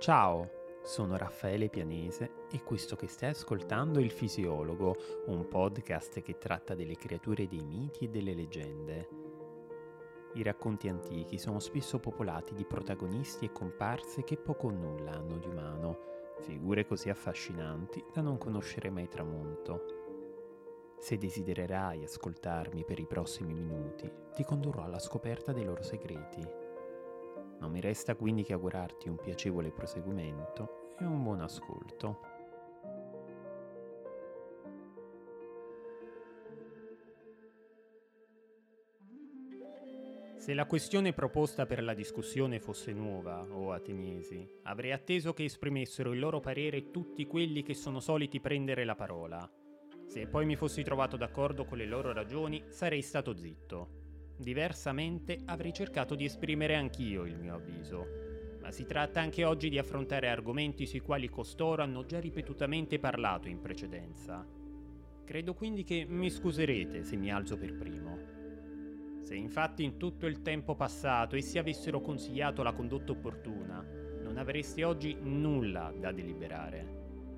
Ciao, sono Raffaele Pianese e questo che stai ascoltando è Il Fisiologo, un podcast che tratta delle creature dei miti e delle leggende. I racconti antichi sono spesso popolati di protagonisti e comparse che poco o nulla hanno di umano, figure così affascinanti da non conoscere mai tramonto. Se desidererai ascoltarmi per i prossimi minuti, ti condurrò alla scoperta dei loro segreti. Non mi resta quindi che augurarti un piacevole proseguimento e un buon ascolto. Se la questione proposta per la discussione fosse nuova, o ateniesi, avrei atteso che esprimessero il loro parere tutti quelli che sono soliti prendere la parola. Se poi mi fossi trovato d'accordo con le loro ragioni, sarei stato zitto. Diversamente avrei cercato di esprimere anch'io il mio avviso. Ma si tratta anche oggi di affrontare argomenti sui quali costoro hanno già ripetutamente parlato in precedenza. Credo quindi che mi scuserete se mi alzo per primo. Se infatti in tutto il tempo passato essi avessero consigliato la condotta opportuna, non avreste oggi nulla da deliberare.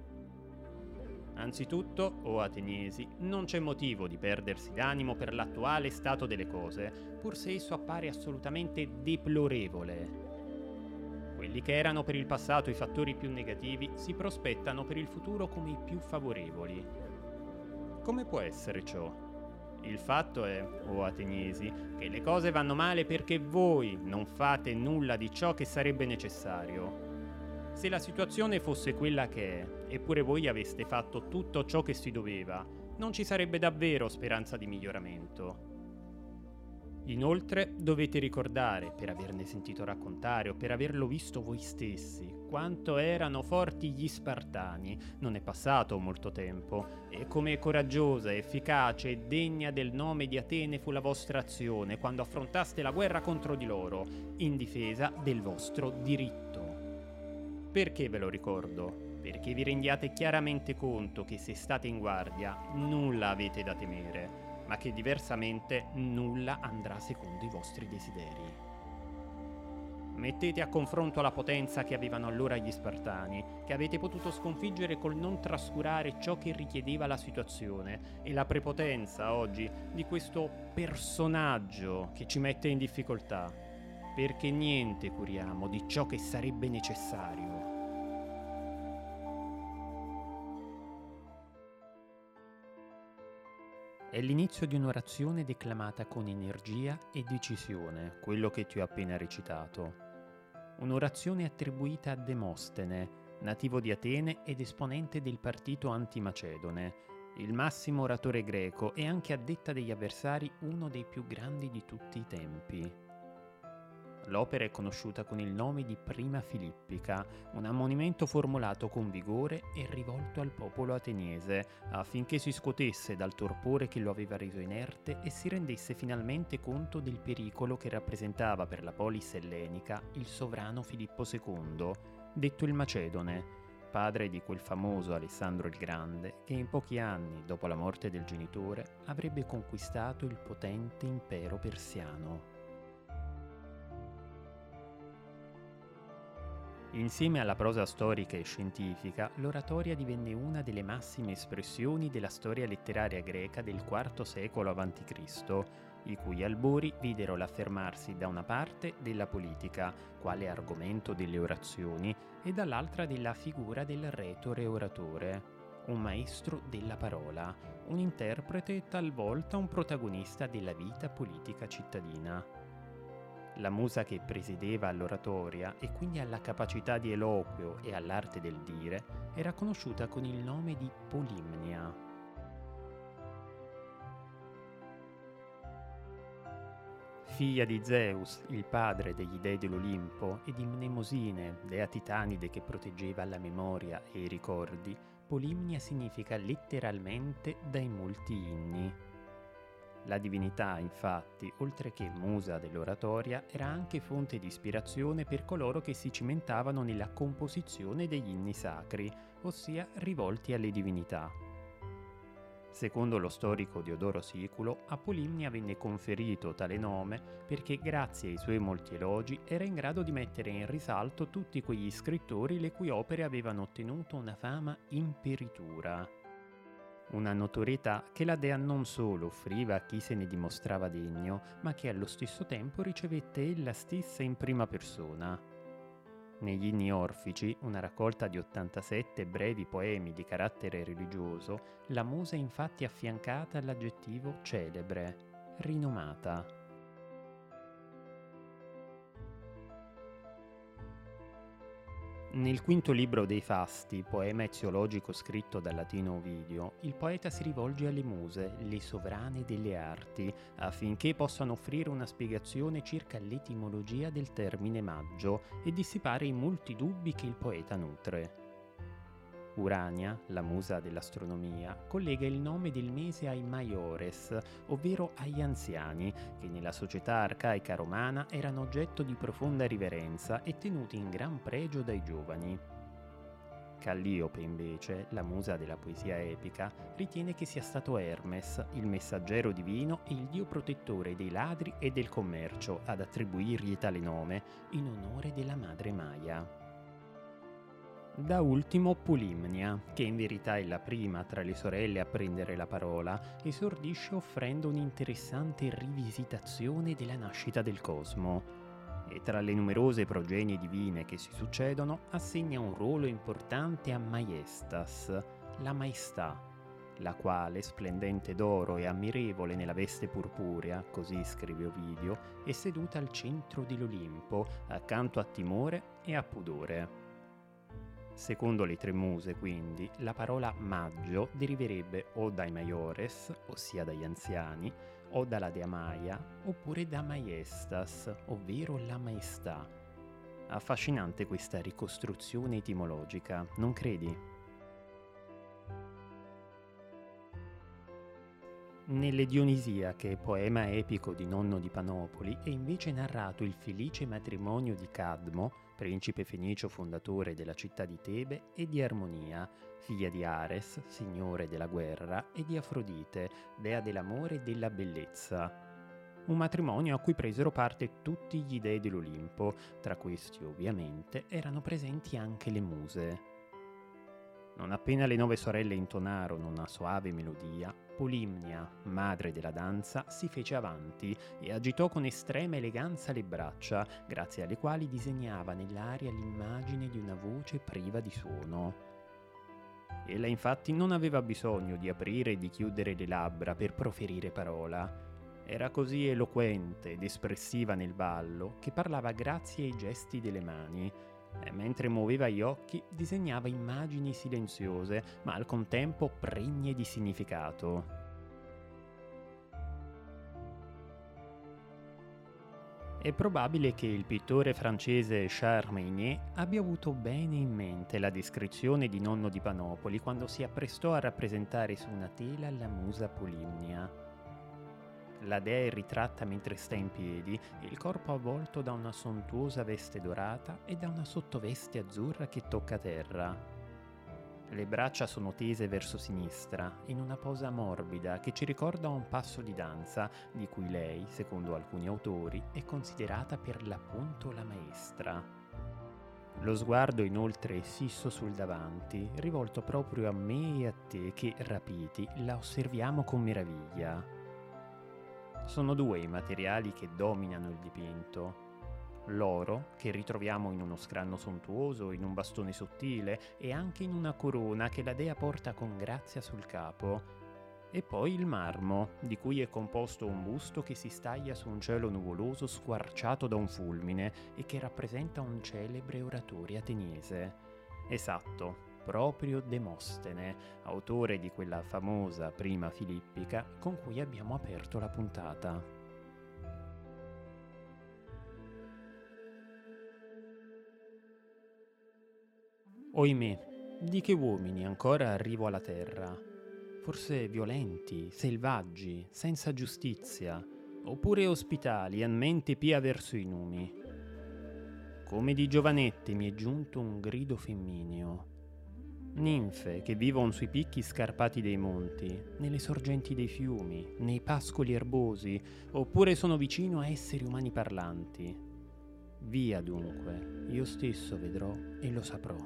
Anzitutto, o ateniesi, non c'è motivo di perdersi d'animo per l'attuale stato delle cose, pur se esso appare assolutamente deplorevole. Quelli che erano per il passato i fattori più negativi si prospettano per il futuro come i più favorevoli. Come può essere ciò? Il fatto è, o ateniesi, che le cose vanno male perché voi non fate nulla di ciò che sarebbe necessario. Se la situazione fosse quella che è, eppure voi aveste fatto tutto ciò che si doveva, non ci sarebbe davvero speranza di miglioramento. Inoltre, dovete ricordare, per averne sentito raccontare o per averlo visto voi stessi, quanto erano forti gli Spartani, non è passato molto tempo, e come coraggiosa, efficace e degna del nome di Atene fu la vostra azione quando affrontaste la guerra contro di loro, in difesa del vostro diritto. Perché ve lo ricordo? Perché vi rendiate chiaramente conto che se state in guardia nulla avete da temere, ma che diversamente nulla andrà secondo i vostri desideri. Mettete a confronto la potenza che avevano allora gli Spartani, che avete potuto sconfiggere col non trascurare ciò che richiedeva la situazione, e la prepotenza oggi di questo personaggio che ci mette in difficoltà, perché niente curiamo di ciò che sarebbe necessario. È l'inizio di un'orazione declamata con energia e decisione, quello che ti ho appena recitato. Un'orazione attribuita a Demostene, nativo di Atene ed esponente del partito antimacedone, il massimo oratore greco e anche a detta degli avversari uno dei più grandi di tutti i tempi. L'opera è conosciuta con il nome di Prima Filippica, un ammonimento formulato con vigore e rivolto al popolo ateniese, affinché si scuotesse dal torpore che lo aveva reso inerte e si rendesse finalmente conto del pericolo che rappresentava per la polis ellenica il sovrano Filippo II, detto il Macedone, padre di quel famoso Alessandro il Grande che in pochi anni, dopo la morte del genitore, avrebbe conquistato il potente impero persiano. Insieme alla prosa storica e scientifica, l'oratoria divenne una delle massime espressioni della storia letteraria greca del IV secolo a.C., i cui albori videro l'affermarsi da una parte della politica, quale argomento delle orazioni, e dall'altra della figura del retore oratore, un maestro della parola, un interprete e talvolta un protagonista della vita politica cittadina. La musa che presiedeva all'oratoria e quindi alla capacità di eloquio e all'arte del dire era conosciuta con il nome di Polimnia. Figlia di Zeus, il padre degli dei dell'Olimpo, e di Mnemosine, dea titanide che proteggeva la memoria e i ricordi, Polimnia significa letteralmente dai molti inni. La divinità, infatti, oltre che musa dell'oratoria, era anche fonte di ispirazione per coloro che si cimentavano nella composizione degli inni sacri, ossia rivolti alle divinità. Secondo lo storico Diodoro Siculo, a Polimnia venne conferito tale nome perché grazie ai suoi molti elogi era in grado di mettere in risalto tutti quegli scrittori le cui opere avevano ottenuto una fama imperitura. Una notorietà che la dea non solo offriva a chi se ne dimostrava degno, ma che allo stesso tempo ricevette ella stessa in prima persona. Negli Inni Orfici, una raccolta di 87 brevi poemi di carattere religioso, la musa è infatti affiancata all'aggettivo celebre, rinomata. Nel quinto libro dei Fasti, poema eziologico scritto dal latino Ovidio, il poeta si rivolge alle muse, le sovrane delle arti, affinché possano offrire una spiegazione circa l'etimologia del termine maggio e dissipare i molti dubbi che il poeta nutre. Urania, la musa dell'astronomia, collega il nome del mese ai maiores, ovvero agli anziani, che nella società arcaica romana erano oggetto di profonda riverenza e tenuti in gran pregio dai giovani. Calliope, invece, la musa della poesia epica, ritiene che sia stato Hermes, il messaggero divino e il dio protettore dei ladri e del commercio, ad attribuirgli tale nome in onore della madre Maia. Da ultimo Polimnia, che in verità è la prima tra le sorelle a prendere la parola, esordisce offrendo un'interessante rivisitazione della nascita del cosmo. E tra le numerose progenie divine che si succedono, assegna un ruolo importante a Maiestas, la maestà, la quale, splendente d'oro e ammirevole nella veste purpurea, così scrive Ovidio, è seduta al centro dell'Olimpo, accanto a Timore e a Pudore. Secondo le tre muse, quindi, la parola maggio deriverebbe o dai maiores, ossia dagli anziani, o dalla dea Maia, oppure da maiestas, ovvero la maestà. Affascinante questa ricostruzione etimologica, non credi? Nelle Dionisiache, poema epico di Nonno di Panopoli, è invece narrato il felice matrimonio di Cadmo, principe fenicio fondatore della città di Tebe, e di Armonia, figlia di Ares, signore della guerra, e di Afrodite, dea dell'amore e della bellezza. Un matrimonio a cui presero parte tutti gli dei dell'Olimpo, tra questi ovviamente erano presenti anche le muse. Non appena le 9 sorelle intonarono una soave melodia, Polimnia, madre della danza, si fece avanti e agitò con estrema eleganza le braccia, grazie alle quali disegnava nell'aria l'immagine di una voce priva di suono. Ella infatti non aveva bisogno di aprire e di chiudere le labbra per proferire parola. Era così eloquente ed espressiva nel ballo che parlava grazie ai gesti delle mani, e mentre muoveva gli occhi disegnava immagini silenziose ma al contempo pregne di significato. È probabile che il pittore francese Charles Maynier abbia avuto bene in mente la descrizione di Nonno di Panopoli quando si apprestò a rappresentare su una tela la musa Polimnia. La dea è ritratta mentre sta in piedi, il corpo avvolto da una sontuosa veste dorata e da una sottoveste azzurra che tocca terra. Le braccia sono tese verso sinistra, in una posa morbida che ci ricorda un passo di danza, di cui lei, secondo alcuni autori, è considerata per l'appunto la maestra. Lo sguardo inoltre è fisso sul davanti, rivolto proprio a me e a te che, rapiti, la osserviamo con meraviglia. Sono due i materiali che dominano il dipinto. L'oro, che ritroviamo in uno scranno sontuoso, in un bastone sottile e anche in una corona che la dea porta con grazia sul capo. E poi il marmo, di cui è composto un busto che si staglia su un cielo nuvoloso squarciato da un fulmine e che rappresenta un celebre oratore ateniese. Esatto. Proprio Demostene, autore di quella famosa prima filippica con cui abbiamo aperto la puntata. Oimè, di che uomini ancora arrivo alla terra? Forse violenti, selvaggi, senza giustizia, oppure ospitali, han mente pia verso i numi. Come di giovanette mi è giunto un grido femmineo. Ninfe che vivono sui picchi scarpati dei monti, nelle sorgenti dei fiumi, nei pascoli erbosi, oppure sono vicino a esseri umani parlanti. Via dunque, io stesso vedrò e lo saprò.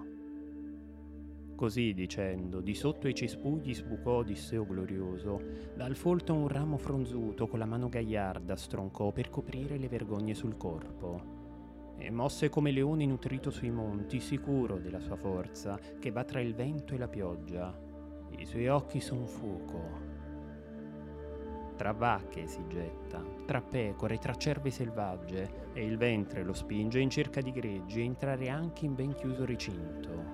Così dicendo, di sotto ai cespugli sbucò Odisseo glorioso, dal folto un ramo fronzuto con la mano gagliarda stroncò per coprire le vergogne sul corpo. E mosse come leone nutrito sui monti, sicuro della sua forza, che va tra il vento e la pioggia. I suoi occhi son fuoco. Tra vacche si getta, tra pecore, tra cerve selvagge, e il ventre lo spinge in cerca di greggi e entrare anche in ben chiuso recinto.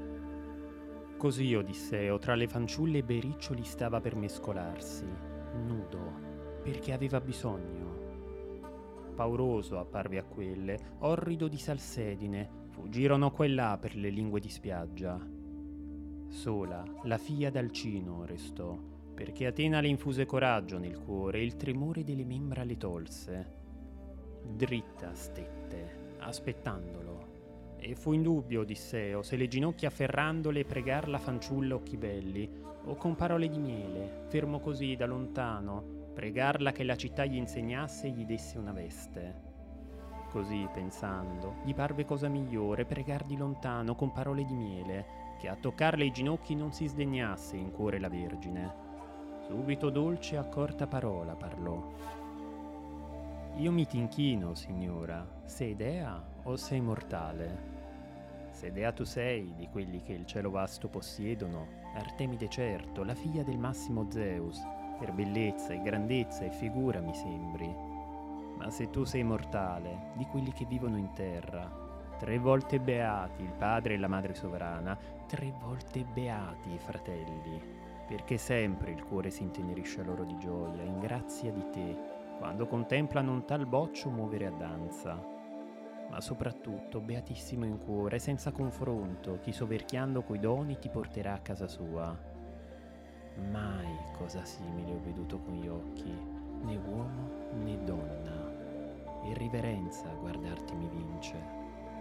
Così Odisseo tra le fanciulle e bei riccioli stava per mescolarsi, nudo, perché aveva bisogno. Pauroso apparve a quelle, orrido di salsedine, fuggirono qua e là per le lingue di spiaggia. Sola, la figlia d'Alcino restò, perché Atena le infuse coraggio nel cuore e il tremore delle membra le tolse. Dritta stette, aspettandolo, e fu in dubbio Odisseo se le ginocchia afferrandole pregar la fanciulla occhi belli, o con parole di miele, fermo così da lontano, pregarla che la città gli insegnasse e gli desse una veste. Così, pensando, gli parve cosa migliore pregar di lontano con parole di miele, che a toccarle i ginocchi non si sdegnasse in cuore la Vergine. Subito dolce e accorta parola parlò. Io mi t'inchino, signora, sei dea o sei mortale? Se dea tu sei, di quelli che il cielo vasto possiedono, Artemide certo, la figlia del massimo Zeus, per bellezza e grandezza e figura mi sembri. Ma se tu sei mortale, di quelli che vivono in terra, 3 volte beati il padre e la madre sovrana, 3 volte beati i fratelli, perché sempre il cuore si intenerisce loro di gioia, in grazia di te, quando contemplano un tal boccio muovere a danza. Ma soprattutto, beatissimo in cuore, senza confronto, chi soverchiando coi doni ti porterà a casa sua. Mai cosa simile ho veduto con gli occhi, né uomo né donna, e riverenza a guardarti mi vince.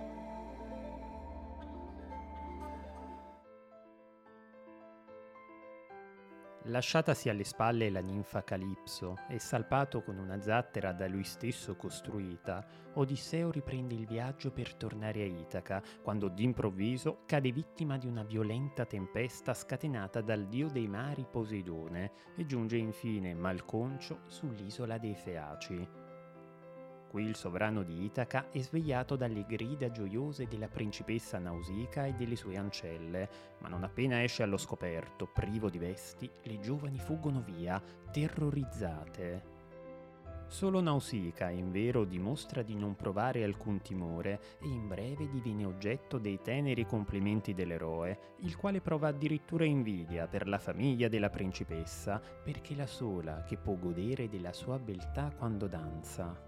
Lasciatasi alle spalle la ninfa Calipso e salpato con una zattera da lui stesso costruita, Odisseo riprende il viaggio per tornare a Itaca, quando d'improvviso cade vittima di una violenta tempesta scatenata dal dio dei mari Poseidone e giunge infine malconcio sull'isola dei Feaci. Qui il sovrano di Itaca è svegliato dalle grida gioiose della principessa Nausica e delle sue ancelle, ma non appena esce allo scoperto, privo di vesti, le giovani fuggono via, terrorizzate. Solo Nausica, invero, dimostra di non provare alcun timore e in breve diviene oggetto dei teneri complimenti dell'eroe, il quale prova addirittura invidia per la famiglia della principessa, perché è la sola che può godere della sua beltà quando danza.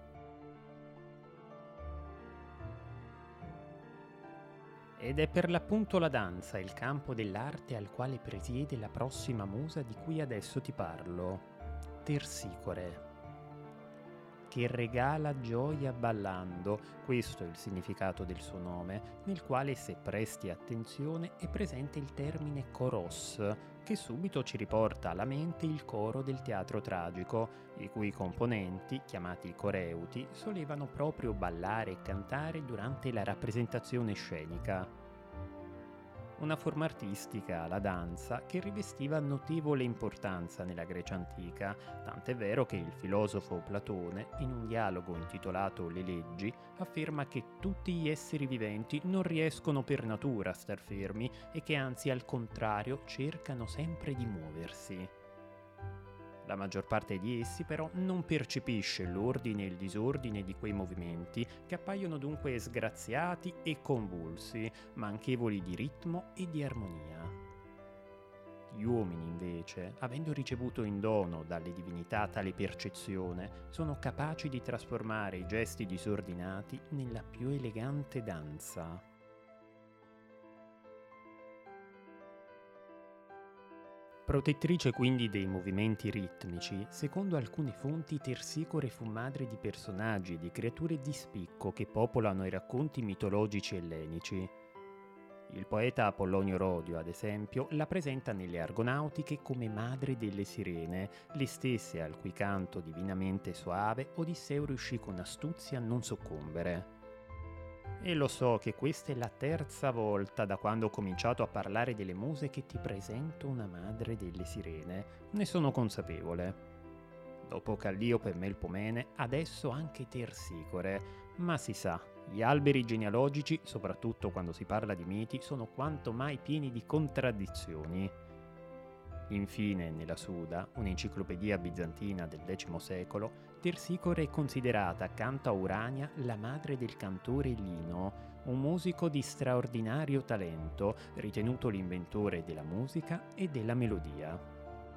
Ed è per l'appunto la danza il campo dell'arte al quale presiede la prossima musa di cui adesso ti parlo, Tersicore, che regala gioia ballando, questo è il significato del suo nome, nel quale se presti attenzione è presente il termine koros, che subito ci riporta alla mente il coro del teatro tragico, i cui componenti, chiamati coreuti, solevano proprio ballare e cantare durante la rappresentazione scenica. Una forma artistica, la danza, che rivestiva notevole importanza nella Grecia antica, tant'è vero che il filosofo Platone, in un dialogo intitolato Le leggi, afferma che tutti gli esseri viventi non riescono per natura a star fermi e che anzi al contrario cercano sempre di muoversi. La maggior parte di essi però non percepisce l'ordine e il disordine di quei movimenti che appaiono dunque sgraziati e convulsi, manchevoli di ritmo e di armonia. Gli uomini invece, avendo ricevuto in dono dalle divinità tale percezione, sono capaci di trasformare i gesti disordinati nella più elegante danza. Protettrice quindi dei movimenti ritmici, secondo alcune fonti Tersicore fu madre di personaggi e di creature di spicco che popolano i racconti mitologici ellenici. Il poeta Apollonio Rodio, ad esempio, la presenta nelle Argonautiche come madre delle sirene, le stesse al cui canto divinamente soave Odisseo riuscì con astuzia a non soccombere. E lo so che questa è la terza volta da quando ho cominciato a parlare delle muse che ti presento una madre delle sirene, ne sono consapevole. Dopo Calliope e Melpomene, adesso anche Tersicore, ma si sa, gli alberi genealogici, soprattutto quando si parla di miti, sono quanto mai pieni di contraddizioni. Infine, nella Suda, un'enciclopedia bizantina del X secolo, Tersicore è considerata, accanto a Urania, la madre del cantore Lino, un musico di straordinario talento, ritenuto l'inventore della musica e della melodia.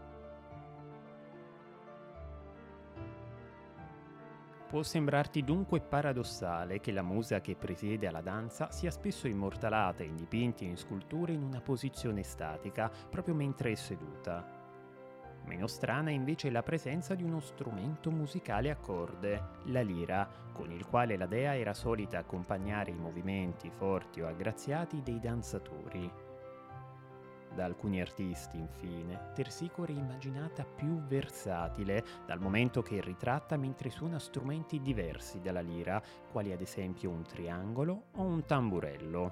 Può sembrarti dunque paradossale che la musa che presiede alla danza sia spesso immortalata in dipinti e in sculture in una posizione statica, proprio mentre è seduta. Meno strana è invece la presenza di uno strumento musicale a corde, la lira, con il quale la dea era solita accompagnare i movimenti forti o aggraziati dei danzatori. Da alcuni artisti, infine, Tersicore è immaginata più versatile, dal momento che ritratta mentre suona strumenti diversi dalla lira, quali ad esempio un triangolo o un tamburello.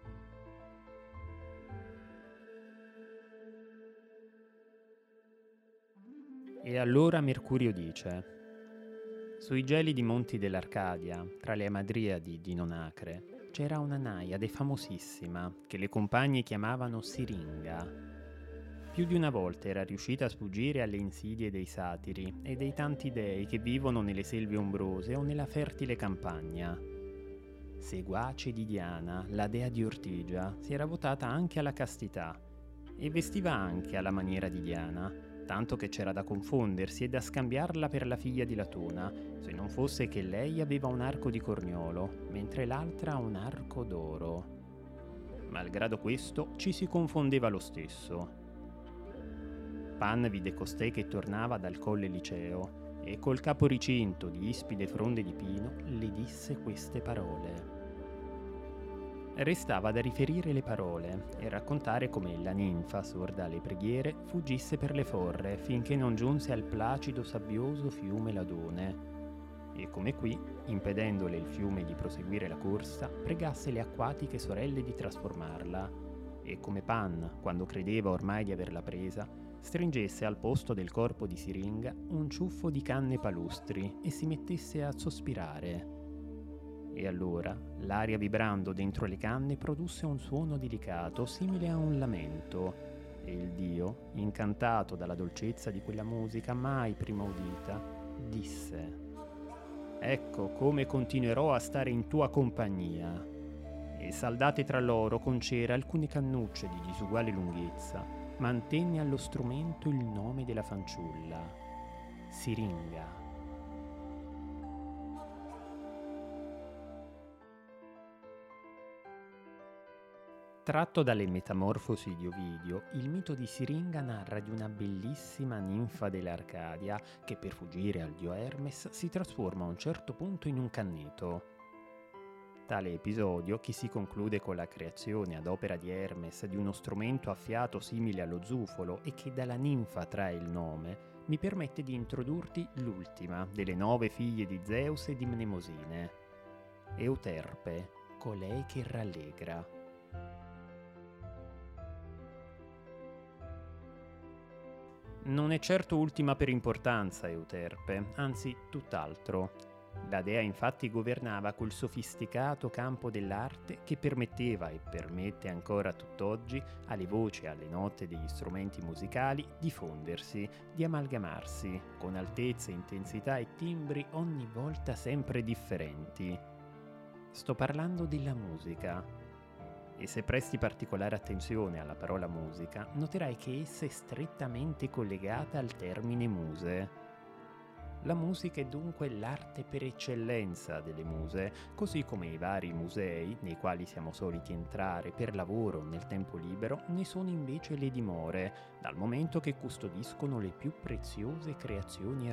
E allora Mercurio dice: sui gelidi monti dell'Arcadia, tra le Amadriadi di Nonacre, c'era una naiade famosissima che le compagne chiamavano Siringa. Più di una volta era riuscita a sfuggire alle insidie dei satiri e dei tanti dei che vivono nelle selve ombrose o nella fertile campagna. Seguace di Diana, la dea di Ortigia, si era votata anche alla castità e vestiva anche alla maniera di Diana, tanto che c'era da confondersi e da scambiarla per la figlia di Latona, se non fosse che lei aveva un arco di corniolo, mentre l'altra un arco d'oro. Malgrado questo, ci si confondeva lo stesso. Pan vide costei che tornava dal colle Liceo e col capo ricinto di ispide fronde di pino le disse queste parole. Restava da riferire le parole e raccontare come la ninfa, sorda alle preghiere, fuggisse per le forre finché non giunse al placido sabbioso fiume Ladone e come qui, impedendole il fiume di proseguire la corsa, pregasse le acquatiche sorelle di trasformarla e come Pan, quando credeva ormai di averla presa, stringesse al posto del corpo di Siringa un ciuffo di canne palustri e si mettesse a sospirare. E allora l'aria vibrando dentro le canne produsse un suono delicato simile a un lamento e il dio, incantato dalla dolcezza di quella musica mai prima udita, disse: «Ecco come continuerò a stare in tua compagnia». E saldate tra loro con cera alcune cannucce di disuguale lunghezza, mantenne allo strumento il nome della fanciulla, Siringa. Tratto dalle Metamorfosi di Ovidio, il mito di Siringa narra di una bellissima ninfa dell'Arcadia che per fuggire al dio Hermes si trasforma a un certo punto in un canneto. Tale episodio, che si conclude con la creazione ad opera di Hermes di uno strumento a fiato simile allo zufolo e che dalla ninfa trae il nome, mi permette di introdurti l'ultima delle 9 figlie di Zeus e di Mnemosine, Euterpe, colei che rallegra. Non è certo ultima per importanza Euterpe, anzi tutt'altro. La dea infatti governava quel sofisticato campo dell'arte che permetteva e permette ancora tutt'oggi alle voci e alle note degli strumenti musicali di fondersi, di amalgamarsi, con altezze, intensità e timbri ogni volta sempre differenti. Sto parlando della musica. E se presti particolare attenzione alla parola musica, noterai che essa è strettamente collegata al termine muse. La musica è dunque l'arte per eccellenza delle muse, così come i vari musei, nei quali siamo soliti entrare per lavoro o nel tempo libero, ne sono invece le dimore, dal momento che custodiscono le più preziose creazioni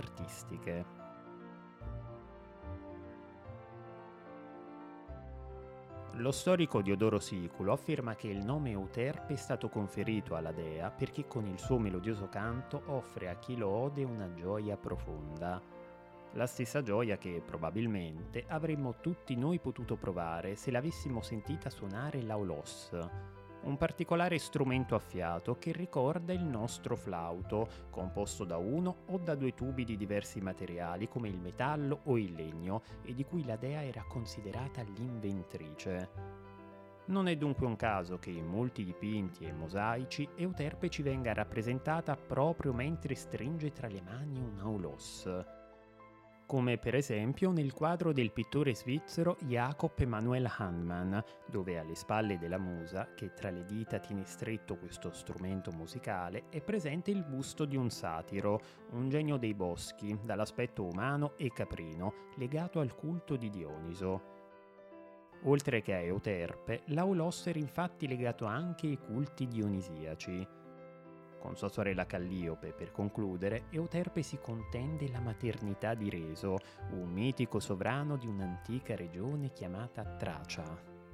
artistiche. Lo storico Diodoro Siculo afferma che il nome Euterpe è stato conferito alla dea perché con il suo melodioso canto offre a chi lo ode una gioia profonda. La stessa gioia che probabilmente avremmo tutti noi potuto provare se l'avessimo sentita suonare l'aulos, un particolare strumento a fiato che ricorda il nostro flauto, composto da uno o da due tubi di diversi materiali come il metallo o il legno e di cui la dea era considerata l'inventrice. Non è dunque un caso che in molti dipinti e mosaici Euterpe ci venga rappresentata proprio mentre stringe tra le mani un aulos, come per esempio nel quadro del pittore svizzero Jacob Emanuel Handmann, dove alle spalle della musa, che tra le dita tiene stretto questo strumento musicale, è presente il busto di un satiro, un genio dei boschi, dall'aspetto umano e caprino, legato al culto di Dioniso. Oltre che a Euterpe, l'aulos era infatti legato anche ai culti dionisiaci. Con sua sorella Calliope, per concludere, Euterpe si contende la maternità di Reso, un mitico sovrano di un'antica regione chiamata Tracia.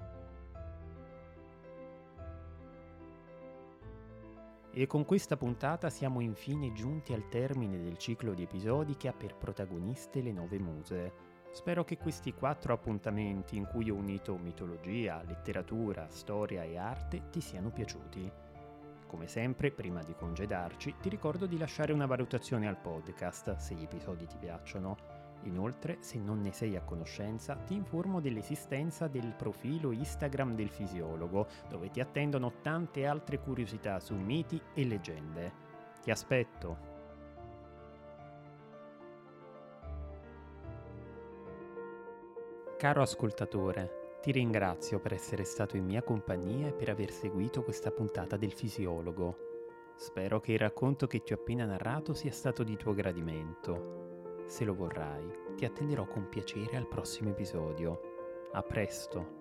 E con questa puntata siamo infine giunti al termine del ciclo di episodi che ha per protagoniste le 9 muse. Spero che questi 4 appuntamenti in cui ho unito mitologia, letteratura, storia e arte ti siano piaciuti. Come sempre, prima di congedarci, ti ricordo di lasciare una valutazione al podcast se gli episodi ti piacciono. Inoltre, se non ne sei a conoscenza, ti informo dell'esistenza del profilo Instagram del Fisiologo, dove ti attendono tante altre curiosità su miti e leggende. Ti aspetto! Caro ascoltatore, ti ringrazio per essere stato in mia compagnia e per aver seguito questa puntata del Fisiologo. Spero che il racconto che ti ho appena narrato sia stato di tuo gradimento. Se lo vorrai, ti attenderò con piacere al prossimo episodio. A presto!